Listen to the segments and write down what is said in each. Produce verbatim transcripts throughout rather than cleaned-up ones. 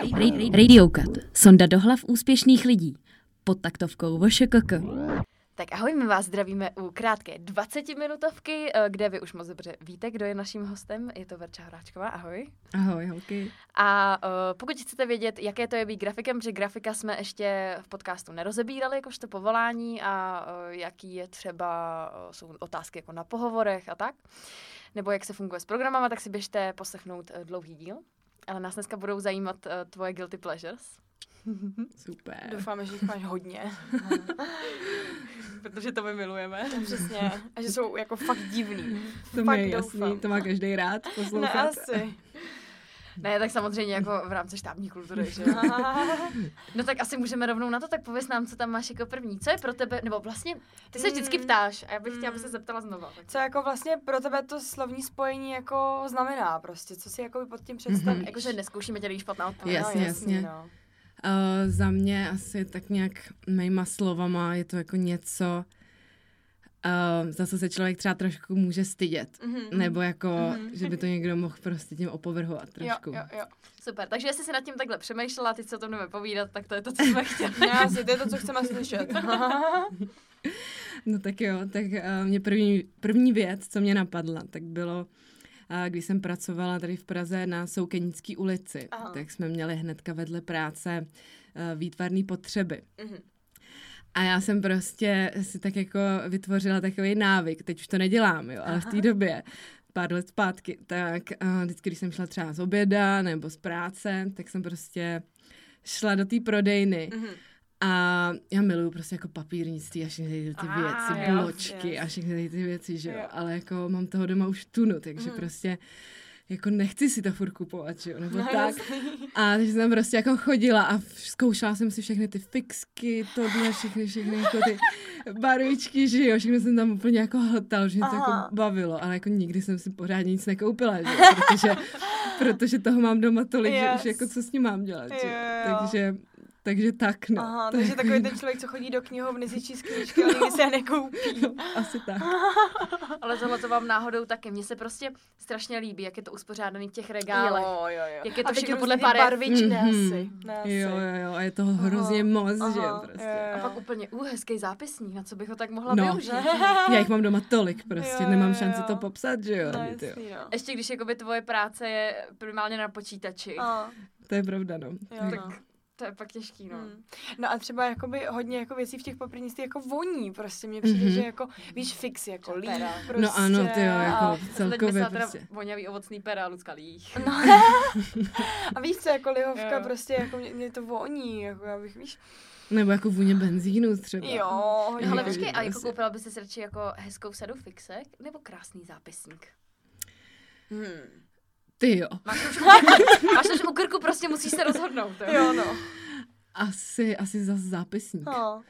Radio Cut. Sonda do hlav úspěšných lidí. Pod taktovkou V Š K K. Tak ahoj, my vás zdravíme u krátké dvacetiminutovky, kde vy už moc dobře víte, kdo je naším hostem. Je to Verča Horáčková, ahoj. Ahoj, holky. A uh, pokud chcete vědět, jaké to je být grafikem, protože grafika jsme ještě v podcastu nerozebírali, jakožto povolání a uh, jaký je třeba, uh, jsou otázky jako na pohovorech a tak, nebo jak se funguje s programama, tak si běžte poslechnout uh, dlouhý díl. Ale nás dneska budou zajímat uh, tvoje guilty pleasures. Super. Doufáme, že jich máš hodně. Protože to my milujeme. Přesně. A že jsou jako fakt divný. To fakt je jasný, to má každý rád poslouchat. Ne, asi. Ne, tak samozřejmě jako v rámci štábní kultury, že jo. No tak asi můžeme rovnou na to, tak pověz nám, co tam máš jako první. Co je pro tebe, nebo vlastně, ty se vždycky ptáš a já bych chtěla, aby se zeptala znova. Tak. Co jako vlastně pro tebe to slovní spojení jako znamená prostě, co si jako pod tím představíš? Mm-hmm. Jakože neskoušíme tě špatná odpověď. Jasně, no, jasně. No. Uh, za mě asi tak nějak mýma slovama je to jako něco, uh, za co se člověk třeba trošku může stydět. Mm-hmm. Nebo jako, mm-hmm. že by to někdo mohl prostě tím opovrhovat trošku. Jo, jo, jo. Super, takže jestli si nad tím takhle přemýšlela, teď se o tom jdeme povídat, tak to je to, co jsme chtěli. Ne, asi, to je to, co chceme slyšet. No tak jo, tak uh, mě první, první věc, co mě napadla, tak bylo, uh, když jsem pracovala tady v Praze na Soukenické ulici, Aha. tak jsme měli hnedka vedle práce uh, výtvarné potřeby. Mm-hmm. A já jsem prostě si tak jako vytvořila takový návyk, teď už to nedělám, jo, ale v té době, pár let zpátky, tak uh, vždycky, když jsem šla třeba z oběda nebo z práce, tak jsem prostě šla do té prodejny. Mm-hmm. A já miluju prostě jako papírnictví a všechny ty věci, ah, bločky yes, yes. a všechny ty věci, že jo. jo. Ale jako mám toho doma už tunu, takže mm. prostě jako nechci si to furt kupovat, že jo, nebo no, tak. Jasný. A takže jsem prostě jako chodila a zkoušela jsem si všechny ty fixky, tohle, všechny, všechny jako ty barvičky, že jo, všechno jsem tam úplně jako hltala, že mě to jako bavilo, ale jako nikdy jsem si pořádně nic nekoupila, že jo, protože, protože toho mám doma tolik, yes. že už jako co s ním mám dělat, že jo. Takže Takže tak, no. Aha, takže takový ten člověk, co chodí do knihovny si číst knížky, ale nikdy se je nekoupí. No, asi tak. Ale tohle to vám náhodou taky. Mně se prostě strašně líbí, jak je to uspořádaný v těch regálech. Jo, jo, jo. Jak je to všechno podle barev. Barvičné mm-hmm. asi. Ne, asi. Jo, jo, jo. A je toho hrozně moc, aha, že jo, prostě. Jo, jo. A pak úplně, uh, hezký zápisník, na co bych ho tak mohla no. využít. Já jich mám doma tolik, prostě. Jo, Nemám jo, šanci jo. to popsat, že jo. No, jasný, jo. Ještě když jakoby tvoje práce je primárně na počítači. A. To je pravda, no. Jo, tak no. To je pak těžký, no. Hmm. No a třeba jakoby hodně jako věcí v těch papírnictví jako voní, prostě mně přijde, mm-hmm. že jako, víš, fixy, jako líh, prostě. No ano, ty jo, jako a celkově prostě. prostě. Voňavý ovocný pera, Lucka líh. No. A víš co, jako lihovka, jo. prostě, jako mě, mě to voní, jako já bych, víš. Nebo jako vůně benzínu třeba. Jo. No, ale počkej, a jako koupila bys si radši jako hezkou sadu fixek, nebo krásný zápisník? Hmm. Ty jo. Máš to už u krku, prostě musíš se rozhodnout. Jo, jo no. Asi, asi za zápisník. No.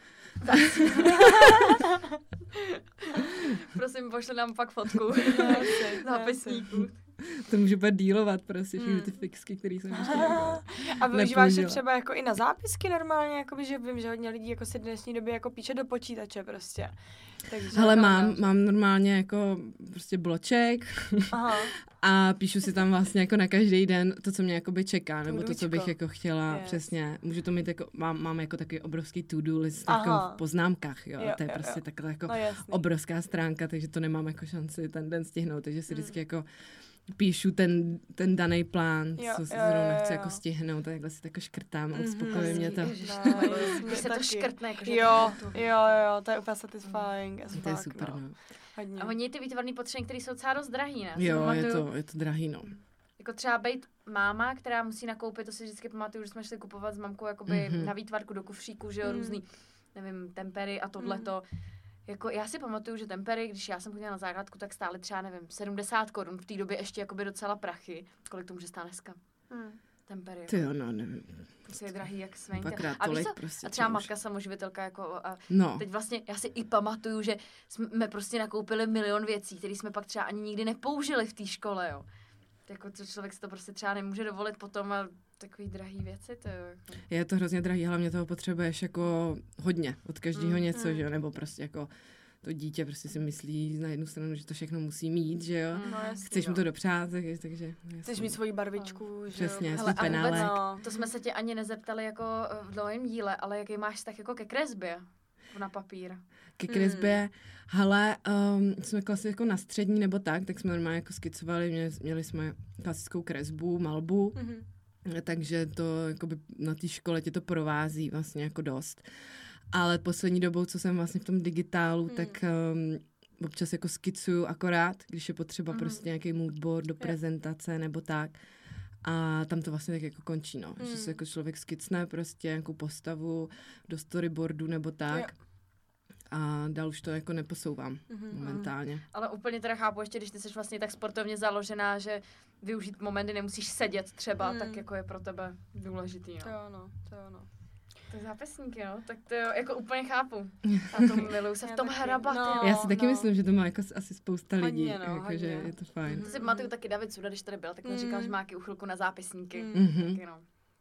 Prosím, pošli nám pak fotku zápisníku. To můžu pak dílovat prostě všechny ty fixky, které jsem ještě jako a využíváš je třeba jako i na zápisky normálně, jakoby, že vím, že hodně lidí jako si v dnešní době jako píše do počítače prostě. Takže hele, mám, mám normálně jako prostě bloček Aha. a píšu si tam vlastně jako na každý den to, co mě jakoby čeká, nebo to, co bych jako chtěla, yes. přesně. Můžu to mít jako, mám, mám jako takový obrovský to-do list jako v poznámkách, jo, jo to je jo, prostě jo. takhle jako no, obrovská stránka, takže to nemám jako šanci ten den stihnout, takže si vždycky jako píšu ten, ten daný plán, jo, co se jo, zrovna jo, chci jo. jako stihnout, takhle si to jako škrtám a mm-hmm. uspokojuje mě to. Když se to škrtne, jakože jo, jo, jo, to je úplně satisfying. To je super, no. no. A oni ty výtvarný potřeby, které jsou docela dost drahý, ne? Jo, je to, je to drahý, no. Jako třeba být máma, která musí nakoupit, to si vždycky pamatuju, že jsme šli kupovat s mamkou jakoby mm-hmm. na výtvarku do kufříku, že jo, mm. různý, nevím, tempery a tohleto. Mm. Jako já si pamatuju, že tempery, když já jsem chodila na základku, tak stály třeba, nevím, sedmdesát korun, v té době ještě jakoby docela prachy. Kolik to může stát dneska? Mm. Tempery. Ty jo, no, nevím. To je drahý jak svenka. Dvakrát a, tolik co? prostě. A třeba matka samoživitelka, jako a no. teď vlastně, já si i pamatuju, že jsme prostě nakoupili milion věcí, které jsme pak třeba ani nikdy nepoužili v té škole, jo. Jako co člověk si to prostě třeba nemůže dovolit potom a takový drahý věci, to je jako... Je to hrozně drahý, hlavně toho potřebuješ jako hodně, od každého mm, něco, mm. že jo, nebo prostě jako to dítě prostě si myslí na jednu stranu, že to všechno musí mít, že jo. No, jasný, Chceš no. mu to dopřát, tak, takže... Chceš mít svoji barvičku, že Přesně, jo. svůj penálek. No. To jsme se tě ani nezeptali jako v dlouhém díle, ale jaký máš vztah jako ke kresbě na papír? Ke kresbě, hmm. hele, um, jsme klasi jako na střední nebo tak, tak jsme normálně jako skicovali, měli, měli jsme klasickou kresbu, malbu, mm-hmm. takže to jakoby na té škole tě to provází vlastně jako dost. Ale poslední dobou, co jsem vlastně v tom digitálu, mm. tak um, občas jako skicuju akorát, když je potřeba mm. prostě nějaký moodboard do prezentace nebo tak. A tam to vlastně tak jako končí, no. Mm. Že se jako člověk skicne prostě nějakou postavu do storyboardu nebo tak. Jo. A dál už to jako neposouvám mm-hmm. momentálně. Ale úplně teda chápu, ještě když ty jsi vlastně tak sportovně založená, že využít momenty nemusíš sedět třeba, mm. tak jako je pro tebe důležitý, no. To jo, no, to jo, no. To je zápisníky, no, tak to jo, jako úplně chápu. A to miluju se v tom hrabat, no, Já si taky no. myslím, že to má jako asi spousta lidí, hodně, no, jako, že je to fajn. Mm. To si pamatuju taky David Suda, když tady byl, tak mi mm. říkal, že má jaký uchylku na zápisníky. Mm. Taky, no.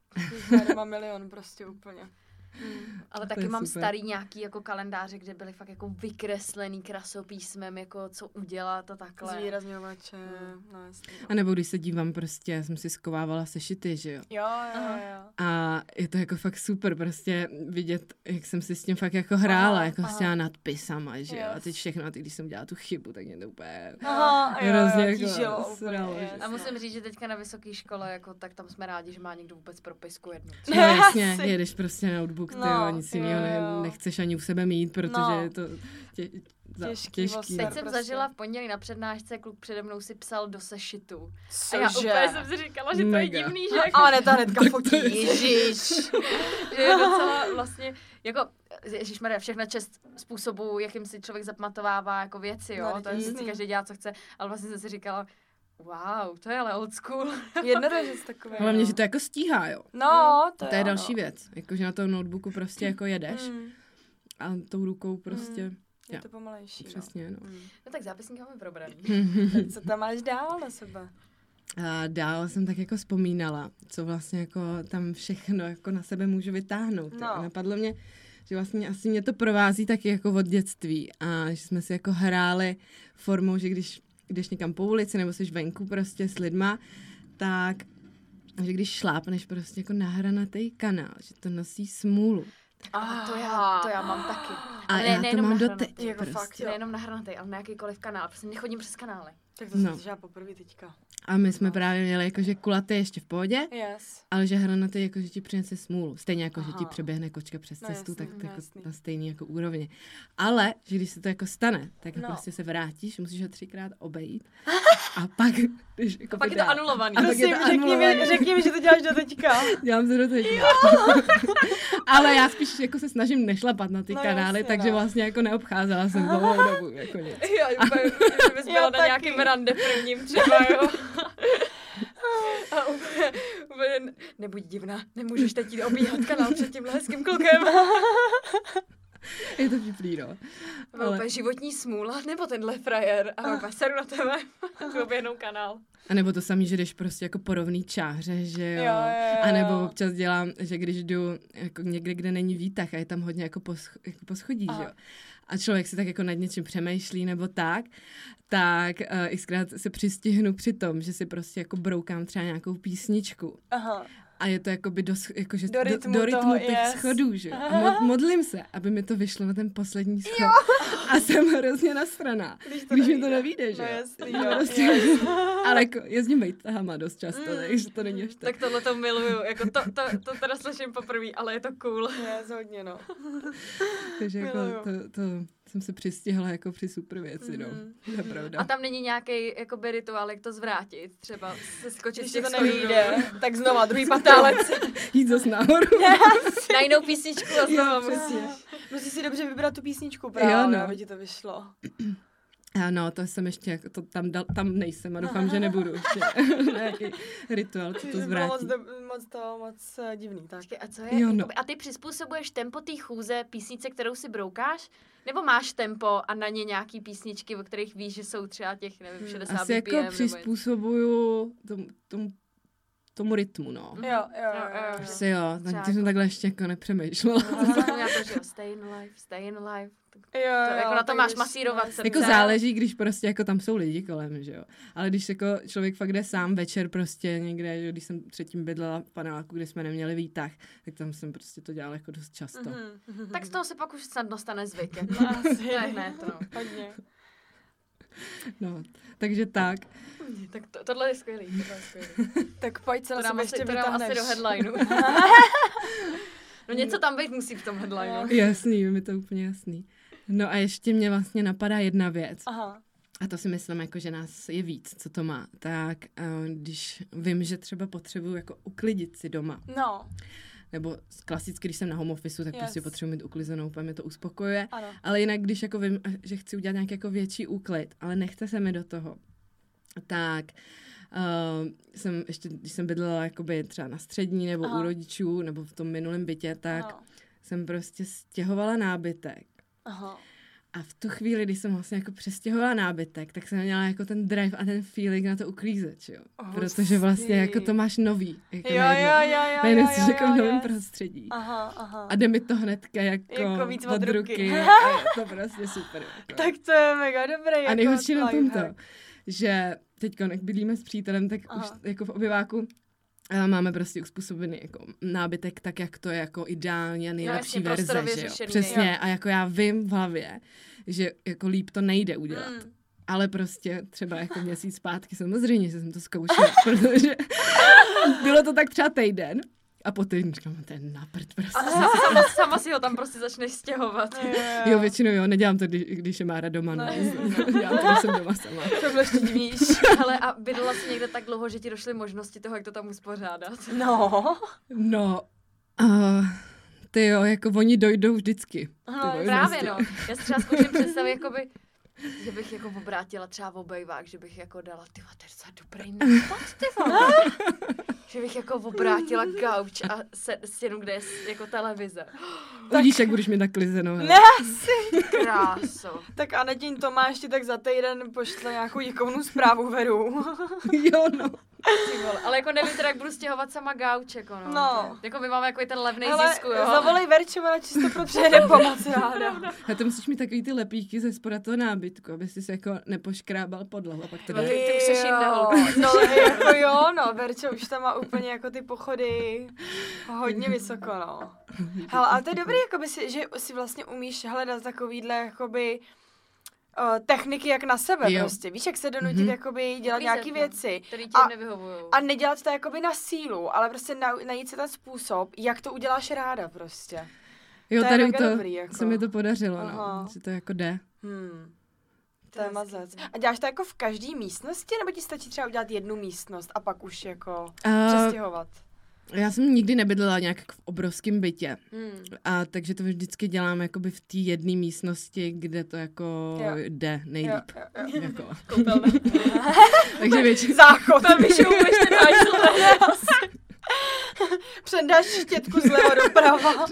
Já doma milion prostě úplně. Hmm. Ale taky mám super. Starý nějaký jako kalendáře, kde byly fakt jako vykreslený krasopísmem, jako co udělat a takhle. Zvýrazňovače, hmm. no jasný. A nebo když se dívám prostě, já jsem si skovávala sešity, že jo? Jo, jo, jo. A je to jako fakt super prostě vidět, jak jsem si s tím fakt jako hrála, aha, jako aha. s těma nadpisama, že jo? Yes. A teď všechno, a teď když jsem dělala tu chybu, tak mě to úplně aha, hrozně jo, jo, jako sralo. A musím říct, že teďka na vysoké škole, jako tak tam jsme rádi, že má někdo vůbec propisku jednu. No jasně, jedeš prostě na notebook, ty no, jo, nic jiného ne, nechceš ani u sebe mít, protože no. je to tě, za, těžký. těžký. Teď jsem prostě. zažila v pondělí na přednášce, kluk přede mnou si psal do sešitu. Cože? A já úplně jsem si říkala, že to Mega. je divný, že jako... Ale ne, to hnedka fotí, ježiš. Že je docela vlastně, jako, ježišmarja, všechna čest způsobu, jakým si člověk zapamatovává jako věci, jo. No, to je si každý dělá, co chce, ale vlastně jsem si říkala, wow, to je ale old school. Jednoduše takové. Hlavně, no. že to jako stíhá, jo. No, to, to je jo, další no. věc. Jakože na tom notebooku prostě jako jedeš mm. a tou rukou prostě... Mm. Je ja. to pomalejší. Přesně, no. No, mm. no tak zápisník máme probraný. Co tam máš dál na sebe? A dál jsem tak jako vzpomínala, co vlastně jako tam všechno jako na sebe můžu vytáhnout. No. A napadlo mě, že vlastně asi mě to provází taky jako od dětství a že jsme si jako hráli formou, že když jdeš někam po ulici nebo jsi venku prostě s lidma, tak že když šlápneš prostě jako na hranatý kanál, že to nosí smůlu. A to já, to já mám taky. A ne, já to mám doteď jako prostě. Fakt, nejenom na hranatý, ale na jakýkoliv kanál. Prostě nechodím přes kanály. Tak to no. jsem poprvé teďka. A my jsme no. právě měli jakože kulatý ještě v pohodě, yes. ale že hranatý jakože ti přinese smůlu. Stejně jako, Aha. že ti přeběhne kočka přes no, cestu, jasný, tak to jako jasný. na stejný jako úrovni. Ale, že když se to jako stane, tak no. prostě se vrátíš, musíš ho třikrát obejít a pak... Když jako a pak je to anulovaný. A Prosím, to řekni, anulovaný. mi, řekni mi, že to děláš do teďka. Dělám to do teďka. Ale já spíš jako se snažím nešlapat na ty no, kanály, jasně, takže no. vlastně jako neobcházela jsem dlouhou dobu, jako nic. Já úplně, že bys byla na taky. nějakým rande prvním třeba, jo. A úplně, úplně, nebuď divná, nemůžeš teď jít obíhat kanál před tímhle hezkým klukem. Je to vtiplý, no. Ale... Úplně životní smůla, nebo tenhle frajer. A pak seru na tebe, oběhnou kanál. A nebo to samý, že jdeš prostě jako po rovný čáře, že jo. jo, jo, jo. A nebo občas dělám, že když jdu jako někde, kde není výtah a je tam hodně jako, posch- jako poschodí, že jo. A člověk si tak jako nad něčím přemýšlí nebo tak, tak uh, xkrát se přistihnu při tom, že si prostě jako broukám třeba nějakou písničku. Aha. A je to jakoby do, jakože do rytmu, do, do rytmu toho, těch yes. schodů, že? A mod, modlím se, aby mi to vyšlo na ten poslední schod. Jo. A jsem hrozně nasraná, když, když mi to nevíde, že? No jasný, jo. jo. Prostě, Yes. ale jako jezdím bejtahama dost často, mm. takže to není až tak. Tak tohle to miluju, jako to, to, to teda slyším poprvé, ale je to cool. Je, hodně, no. Takže jako to, to jsem se přistihla jako při super věci, no. Mm. To je pravda. A tam není nějaký jakoby rituál, jak to zvrátit? Třeba se skočit když z těch to nevyjde, tak znova druhý patálec. patálec. Jít zas nahoru. Na jinou písničku a znova musíš. Musíš si dobře vybrat tu písničku právě, jo, no. aby ti to vyšlo. Ano, to jsem ještě, jako to tam, dal, tam nejsem a doufám, že nebudu ještě nějaký rituál, co to zvrátí. Moc, do, moc to, moc uh, divný, tak. A co je, jo, no. jakoby, a ty přizpůsobuješ tempo té chůze písnice, kterou si broukáš? Nebo máš tempo a na ně nějaký písničky, o kterých víš, že jsou třeba těch, nevím, šedesát Asi B P M? Asi jako přizpůsobuju tomu, tomu, tomu rytmu, no. Jo, jo, jo. jo, jo. Asi jo, tak jsem takhle ještě jako nepřemýšlela. No, já to, že jo, stay in life, stay in life. Jo, to, jo, jako na to máš když, masírovat no, srdce. Jako záleží, když prostě jako tam jsou lidi kolem, že jo. Ale když jako člověk fakt jde sám večer prostě někde, že když jsem předtím bydlela v paneláku, kde jsme neměli výtah, tak tam jsem prostě to dělala jako dost často. Mm-hmm. Tak z toho se pak už snad dostane zvyk. Jako. No, asi. Ne, hned, no. Hodně. No, takže tak. Tak to, tohle je skvělý, tohle je skvělý. Tak pojď se To na dám, sebe asi, ještě to dám asi vytáhneš. do headlineu. No něco tam být musí v tom headlineu. Jasný, mi to úplně jasný. No a ještě mě vlastně napadá jedna věc. Aha. A to si myslím, jako, že nás je víc, co to má. Tak uh, když vím, že třeba potřebuju jako uklidit si doma. No. Nebo klasicky, když jsem na home officeu, tak Yes. prostě potřebuji mít uklizenou, úplně mě to uspokojuje. Ano. Ale jinak, když jako vím, že chci udělat nějaký jako větší úklid, ale nechce se mi do toho, tak uh, jsem ještě, když jsem bydlela jakoby třeba na střední nebo Aha. u rodičů, nebo v tom minulém bytě, tak Ano. jsem prostě stěhovala nábytek. Aha. A v tu chvíli, když jsem vlastně jako přestěhovala nábytek, tak jsem měla jako ten drive a ten feeling na to uklízet, jo. Oh, Protože vlastně si. jako to máš nový. Jako Jo, najednou. jo, jo, jo, Najednou jo, jsi jo, jako v jo, novém yes. prostředí. Aha, aha. A jde mi to hnedka jako, Jako víc od od ruky. ruky. A je to prostě super. Jako. Tak to je mega dobrý. A nejhorší na jako tom to, lifehack. že teďko, jak bydlíme s přítelem, tak Aha. už jako v obyváku a máme prostě uspůsobený jako nábytek tak, jak to je jako ideální a nejlepší jasně, verze, prostorově že jo. řešený, Přesně. jo. A jako já vím v hlavě, že jako líp to nejde udělat. Mm. Ale prostě třeba jako měsíc zpátky samozřejmě, že jsem to zkoušela, protože bylo to tak třeba týden a po týdnu říkám, to je na prd prostě. A sama, sama si ho tam prostě začneš stěhovat. Jo, většinou jo, nedělám to, když, když je Mára doma, no. Dělám to, když jsem doma sama. To bylo ještě divíš. Ale a bydlela jsi někde tak dlouho, že ti došly možnosti toho, jak to tam uspořádat. No. No, uh, ty jo, jako oni dojdou vždycky. No, Ty možnosti. Právě no. Já si třeba zkouším představit, jakoby, že bych jako obrátila třeba v obejvák, že bych jako dala, ty vole, to je docela dobrý nápad, ty vole. Že bych jako obrátila gauč a se, stěnu, kde je jako televize. Vidíš, jak budeš mít naklizenou. Ne, asi. Kráso. Tak Anetin Tomáš ti tak za týden pošle nějakou děkovnou zprávu Veru. Jo, no. Ty vole. Ale jako nevím teda, jak budu stěhovat sama gauč, jako no. No. Jako my máme jako ten levnej Ale zisku, jo. zavolej Verčeva na čisto pro přejede pomoc, ráda. A to musíš mít takový ty lepíky ze spoda toho nábytku, aby jsi se jako nepoškrábal podlahu. A pak to No, jde. ty- ty už seš jinde, Jo, holka. no jako jo, no, Verča už tam má úplně jako ty pochody hodně vysoko, no. Hele, ale to je dobrý, jakoby si, že si vlastně umíš hledat takovýhle, jakoby, uh, techniky jak na sebe Jo. prostě. Víš, jak se donutit, Mhm. jakoby, dělat Uklízet, nějaký no, věci. který ti A- nevyhovujou. A nedělat to jakoby na sílu, ale prostě na, najít si ten způsob, jak to uděláš ráda prostě. Jo, to je tady mega to dobrý, jako. se mi to podařilo, Aha. no. Že to jako jde. Hmm. To To je je mazec. hezký. A děláš to jako v každé místnosti, nebo ti stačí třeba udělat jednu místnost a pak už jako A přestěhovat? já jsem nikdy nebydlela nějak jako v obrovském bytě. Hmm. A takže to vždycky dělám jakoby v té jedné místnosti, kde to jako Jo. jde nejlíp. Jo, jo, jo. Jako. Koupelna. Takže většinou... Záchod. Tam vyšoupeš ten ajzle. Předáš štětku zleva doprava.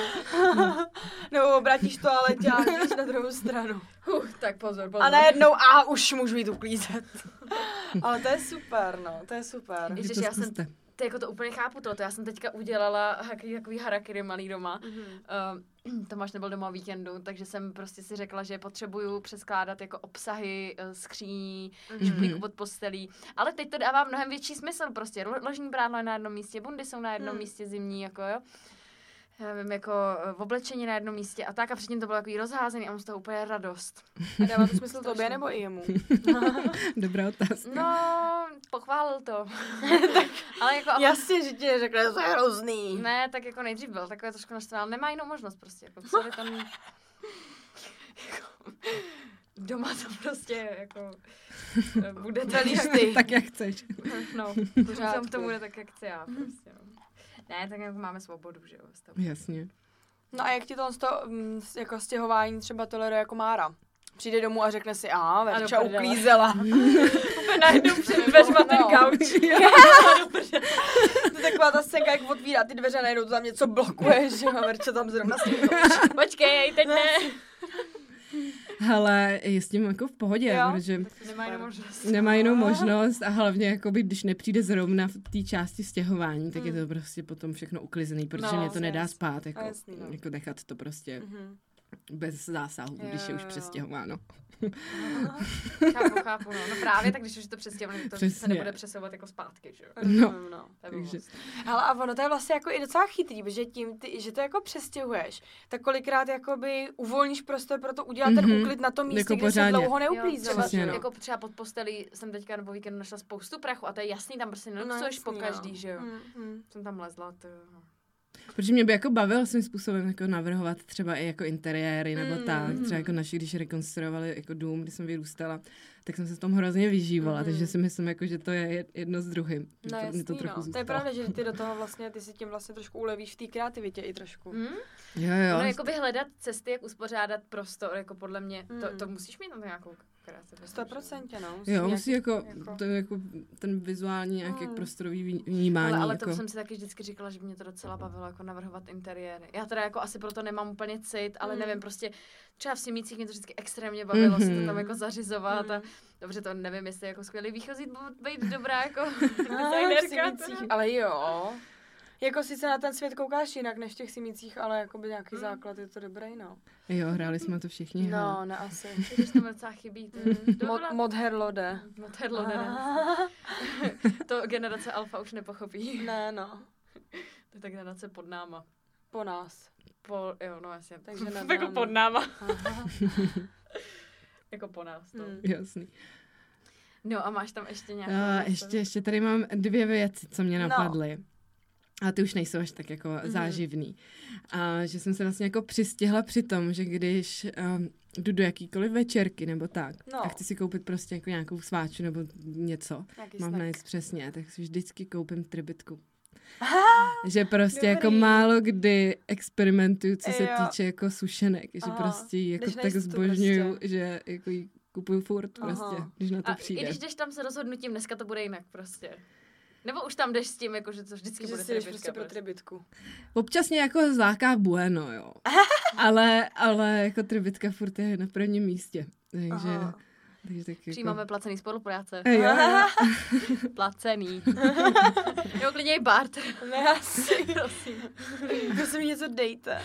Nebo obrátíš toaletě a jdeš na druhou stranu. Uh, tak pozor, pozor. A najednou, a už můžu jít uklízet. Ale to je super, no, to je super. Takže Ježiš, to já jsem- zkuste. To, jako to úplně chápu to, to já jsem teďka udělala takový, takový harakiri malý doma. Mhm. Uh, Tomáš nebyl doma o víkendu, takže jsem prostě si řekla, že potřebuju přeskládat jako obsahy uh, skříní, Mhm. šuplíku pod postelí. Ale teď to dává mnohem větší smysl prostě. Lo- Ložní prádlo je na jednom místě, bundy jsou na jednom Hmm. místě zimní, jako jo. Já vím, jako uh, oblečení na jednom místě a tak a předtím to bylo takový rozházený a mám z toho úplně radost. A dává to smysl tobě Strašně. nebo i jemu? Dobrá otázka. No, pochválil to. Ale jako... Jasně, že ti řekne, že to je hrozný. Ne, tak jako nejdřív byl takové trošku naštvaný, ale nemá jinou možnost prostě, jako sorry, tam... jako, doma to prostě, jako, eh, bude tak, jak, Tak jak chceš. no, Pořádku. tam to bude tak, jak chci já, prostě, no. Ne, tak jako máme svobodu, že jo, z toho. Jasně. No a jak ti to, to mm, jako stěhování třeba toleruje jako Mára? Přijde domů a řekne si, a Verča do prdele. uklízela. Úplně najednou vezma ten No. gauč. To je taková ta scénka, jak otvírá ty dveře a najednou to tam něco blokuje, že a Verča tam zrovna s tím. Počkej, teď ne. Hele, je s tím jako v pohodě, Jo. protože Nemá jinou možnost. nemá jinou možnost a hlavně jakoby, když nepřijde zrovna v té části stěhování, tak je Mm. to prostě potom všechno uklizený, protože No, mě to nedá jasně. spát, jako, A jasný, no. jako nechat to prostě Mhm. bez zásahu, jo, když je už přestěhováno. Chápu, chápu, no. no právě tak, když už je to přestěhované, to se nebude přesouvat jako zpátky, že jo? No, no. takže. Hele, a ono to je vlastně jako i docela chytrý, protože tím, ty, že to jako přestěhuješ, tak kolikrát jakoby uvolníš prostor pro to udělat mm-hmm. ten úklid na tom místě, jako kde pořádně. Se dlouho neuklízelo. Jo, no. Jako třeba pod postelí jsem teďka nebo víkendu našla spoustu prachu a to je jasný, tam prostě neluxuješ no, po každý, no. že jo? Mm-hmm. Jsem tam lezla, to jo. Protože mě by jako bavilo svým způsobem jako navrhovat třeba i jako interiéry nebo mm. tak. Třeba jako naši, když rekonstruovali jako dům, kdy jsem vyrůstala, tak jsem se v tom hrozně vyžívala, mm. takže si myslím, jako, že to je jedno z druhým. No jasný, to, trochu no. To je pravda, že ty do toho vlastně, ty si tím vlastně trošku ulevíš v té kreativitě i trošku. Mm? Jo, jo. No jakoby hledat cesty, jak uspořádat prostor, jako podle mě, mm. to, to musíš mít na to nějakou kreativitu. Sto procent, no. Musí jo, musí jako, jako, to jako ten vizuální nějaký mm. prostorový vnímání. Ale, ale jako. to jsem si taky vždycky říkala, že mě to docela bavilo, jako navrhovat interiéry. Já teda jako asi proto nemám úplně cit, ale mm. nevím, prostě třeba v Simících mě to vždycky extrémně bavilo mm-hmm. si to tam jako zařizovat mm. a dobře, to nevím, jestli jako skvělý výchozí být dobrá jako designérka. Ale jo. Jako sice na ten svět koukáš jinak než v těch Simících, ale jakoby nějaký mm. základ je to dobrý, no. Jo, hráli jsme to všichni. No, ne asi. Když to docela chybí. Mod, mod Herlode. Mod Herlode, to generace alfa už nepochopí. Ne, no. To je ta generace pod náma. Po nás. Po, jo, no jasně. Takže jako pod náma. Jako po nás, to. Mm. Jasný. No a máš tam ještě nějaké? Uh, ještě, ještě tady mám dvě věci, co mě napadly. No. A ty už nejsou až tak jako mm-hmm. záživný. A že jsem se vlastně jako přistihla při tom, že když um, jdu do jakýkoliv večerky nebo tak no. a chci si koupit prostě jako nějakou sváču nebo něco, Jaký mám na nic přesně, tak si vždycky koupím tribitku. Aha, že prostě dobrý. Jako málo kdy experimentuju, co se jo. týče jako sušenek, že Aha, prostě jako tak zbožňuju, prostě. Že jako ji kupuju furt Aha. prostě, když na to a přijde. A i když jdeš tam se rozhodnutím, dneska to bude jinak prostě. Nebo už tam jdeš s tím, jako, že to vždycky že bude tribitka. Prostě pro tribitku. Občas nějakou záká bueno, jo. ale, ale jako tribitka furt je na prvním místě. Takže, takže tak jako... Přijímáme placený spolupráce. E, jo, jo. Placený. Jo, klidně i Bart. Ne, asi. Prosím. Prosím, mi něco dejte.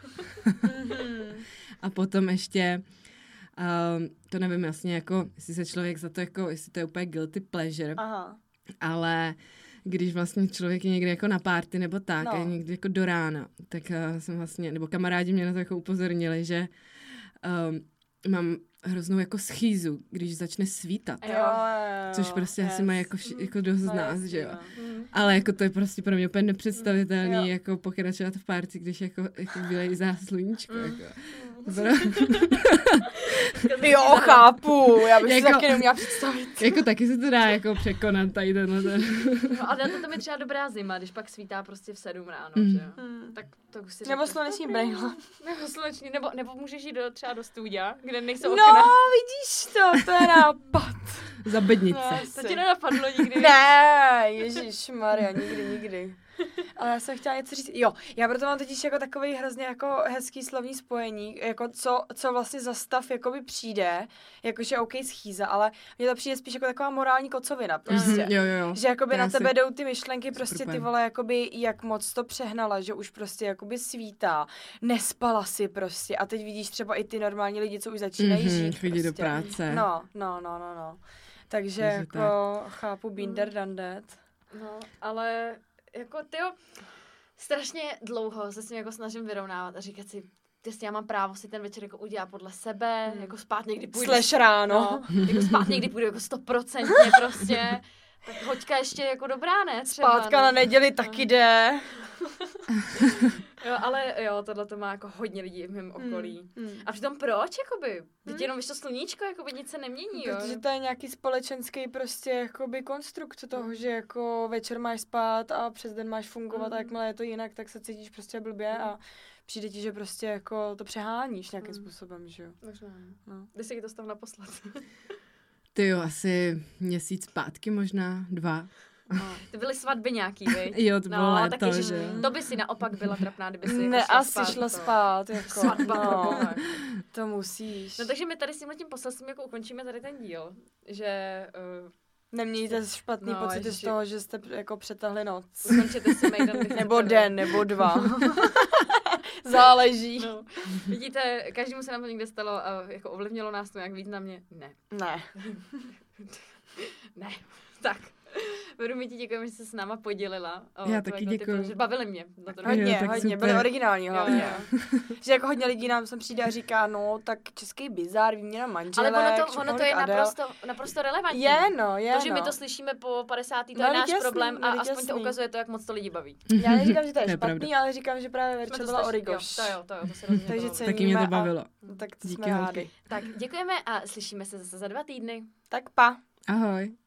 A potom ještě... Um, to nevím jasně, jako, jestli se člověk za to, jako, jestli to je úplně guilty pleasure. Aha. Ale když vlastně člověk je někde jako na party nebo tak, no. a někdy jako do rána, tak uh, jsem vlastně, nebo kamarádi mě na to jako upozornili, že um, mám hroznou jako schýzu, když začne svítat. Jo, jo, což prostě yes. asi má jako, jako dost z no, nás, jasný, že jo. Mm. Ale jako to je prostě pro mě úplně nepředstavitelný, jo. jako pokračovat v party, když jako, jako vylejzá sluníčko, mm. jako. Jo, chápu, já bych jako, si taky neměla představit. Jako taky se to dá jako překonat tady tenhle ten. No a to tam je třeba dobrá zima, když pak svítá prostě v sedm ráno, mm. že jo. Mm. Tak to už si nebo sluneční brejle. Nebo sluneční, nebo, nebo můžeš jít do, třeba do studia, kde nejsou no, okna. No, vidíš to, to je nápad. Za bednice. Ne, to ti nenapadlo nikdy. Ne, ježišmarja, nikdy, nikdy. Ale já jsem chtěla něco říct. Jo, já proto mám totiž jako takový hrozně jako hezký slovní spojení, jako co, co vlastně za stav jakoby přijde, jakože OK schýza, ale mně to přijde spíš jako taková morální kocovina prostě. Mm, jo, jo, jo. Že jakoby já na tebe si... jdou ty myšlenky prostě ty vole, jakoby jak moc to přehnala, že už prostě jakoby svítá, nespala si prostě a teď vidíš třeba i ty normální lidi, co už začínají mm-hmm, žít chodí prostě. do práce. No, no, no, no, no. Takže Takže jako tak. Chápu Binder done that. No, ale jako tyjo, strašně dlouho se s tím jako snažím vyrovnávat a říkat si, jestli já mám právo si ten večer jako udělat podle sebe, hmm. jako spát někdy půjdu. Slash ráno. No, jako spát někdy půjdu jako stoprocentně prostě. Tak hoďka ještě jako dobrá, ne? Třeba, Spátka no. na neděli taky jde. Jo, ale jo, tohle to má jako hodně lidí v mém okolí. Mm, mm. A přitom proč, jakoby? Teď mm. jenom vyšlo sluníčko, jakoby nic se nemění, jo? Protože to je nějaký společenský prostě jakoby konstrukt toho, mm. že jako večer máš spát a přes den máš fungovat mm. a jakmile je to jinak, tak se cítíš prostě blbě mm. a přijde ti, že prostě jako to přeháníš nějakým mm. způsobem, že jo? Možná. No. Kdy jsi to stav naposled? Ty jo, asi měsíc zpátky možná, dva. No, ty byly svatby nějaký, viď? Jo, to bylo no, léto, tak ježiš, že? To by si naopak byla trapná, kdyby si ne, jako šla asi spát. šla spát, jako. Svatba, no. To musíš. No takže my tady s tímhletím poselstvím jako ukončíme tady ten díl, že... Uh, Nemějte špatný no, pocity z toho, že jste jako přetahli noc. Ukončete si mejdan. Nebo den, nebo dva. Záleží. No. Vidíte, každému se nám to někde stalo a jako ovlivnilo nás to nějak významně? Ne. Ne. Ne. Tak. Veru, my ti děkujeme, že jsi s náma podělila. O Já to, taky jako děkuju. Ty, že bavili mě. Na to Hodně, jo, hodně, super. byly originální hlavně. Jo, Že jako hodně lidí nám sem přijde a říká, no, tak český bizár, výměna manželek. Ale ono to, ono to je Adel. naprosto, naprosto relevantní. Je, no, je, To, že no. my to slyšíme po padesátý, to No, je náš jasný, problém a no, aspoň to jasný. ukazuje to, jak moc to lidi baví. Já neříkám, že to je, To je špatný, pravda. ale říkám, že právě Jsme Verča to byla slyšeli, origoš. Jo, to jo, to jo, to se rozhodně Takže bavilo. ceníme Taky mě to a- bavilo. Tak to Díky, jsme holky. rádi. Tak děkujeme a slyšíme se zase za dva týdny. Tak pa. Ahoj.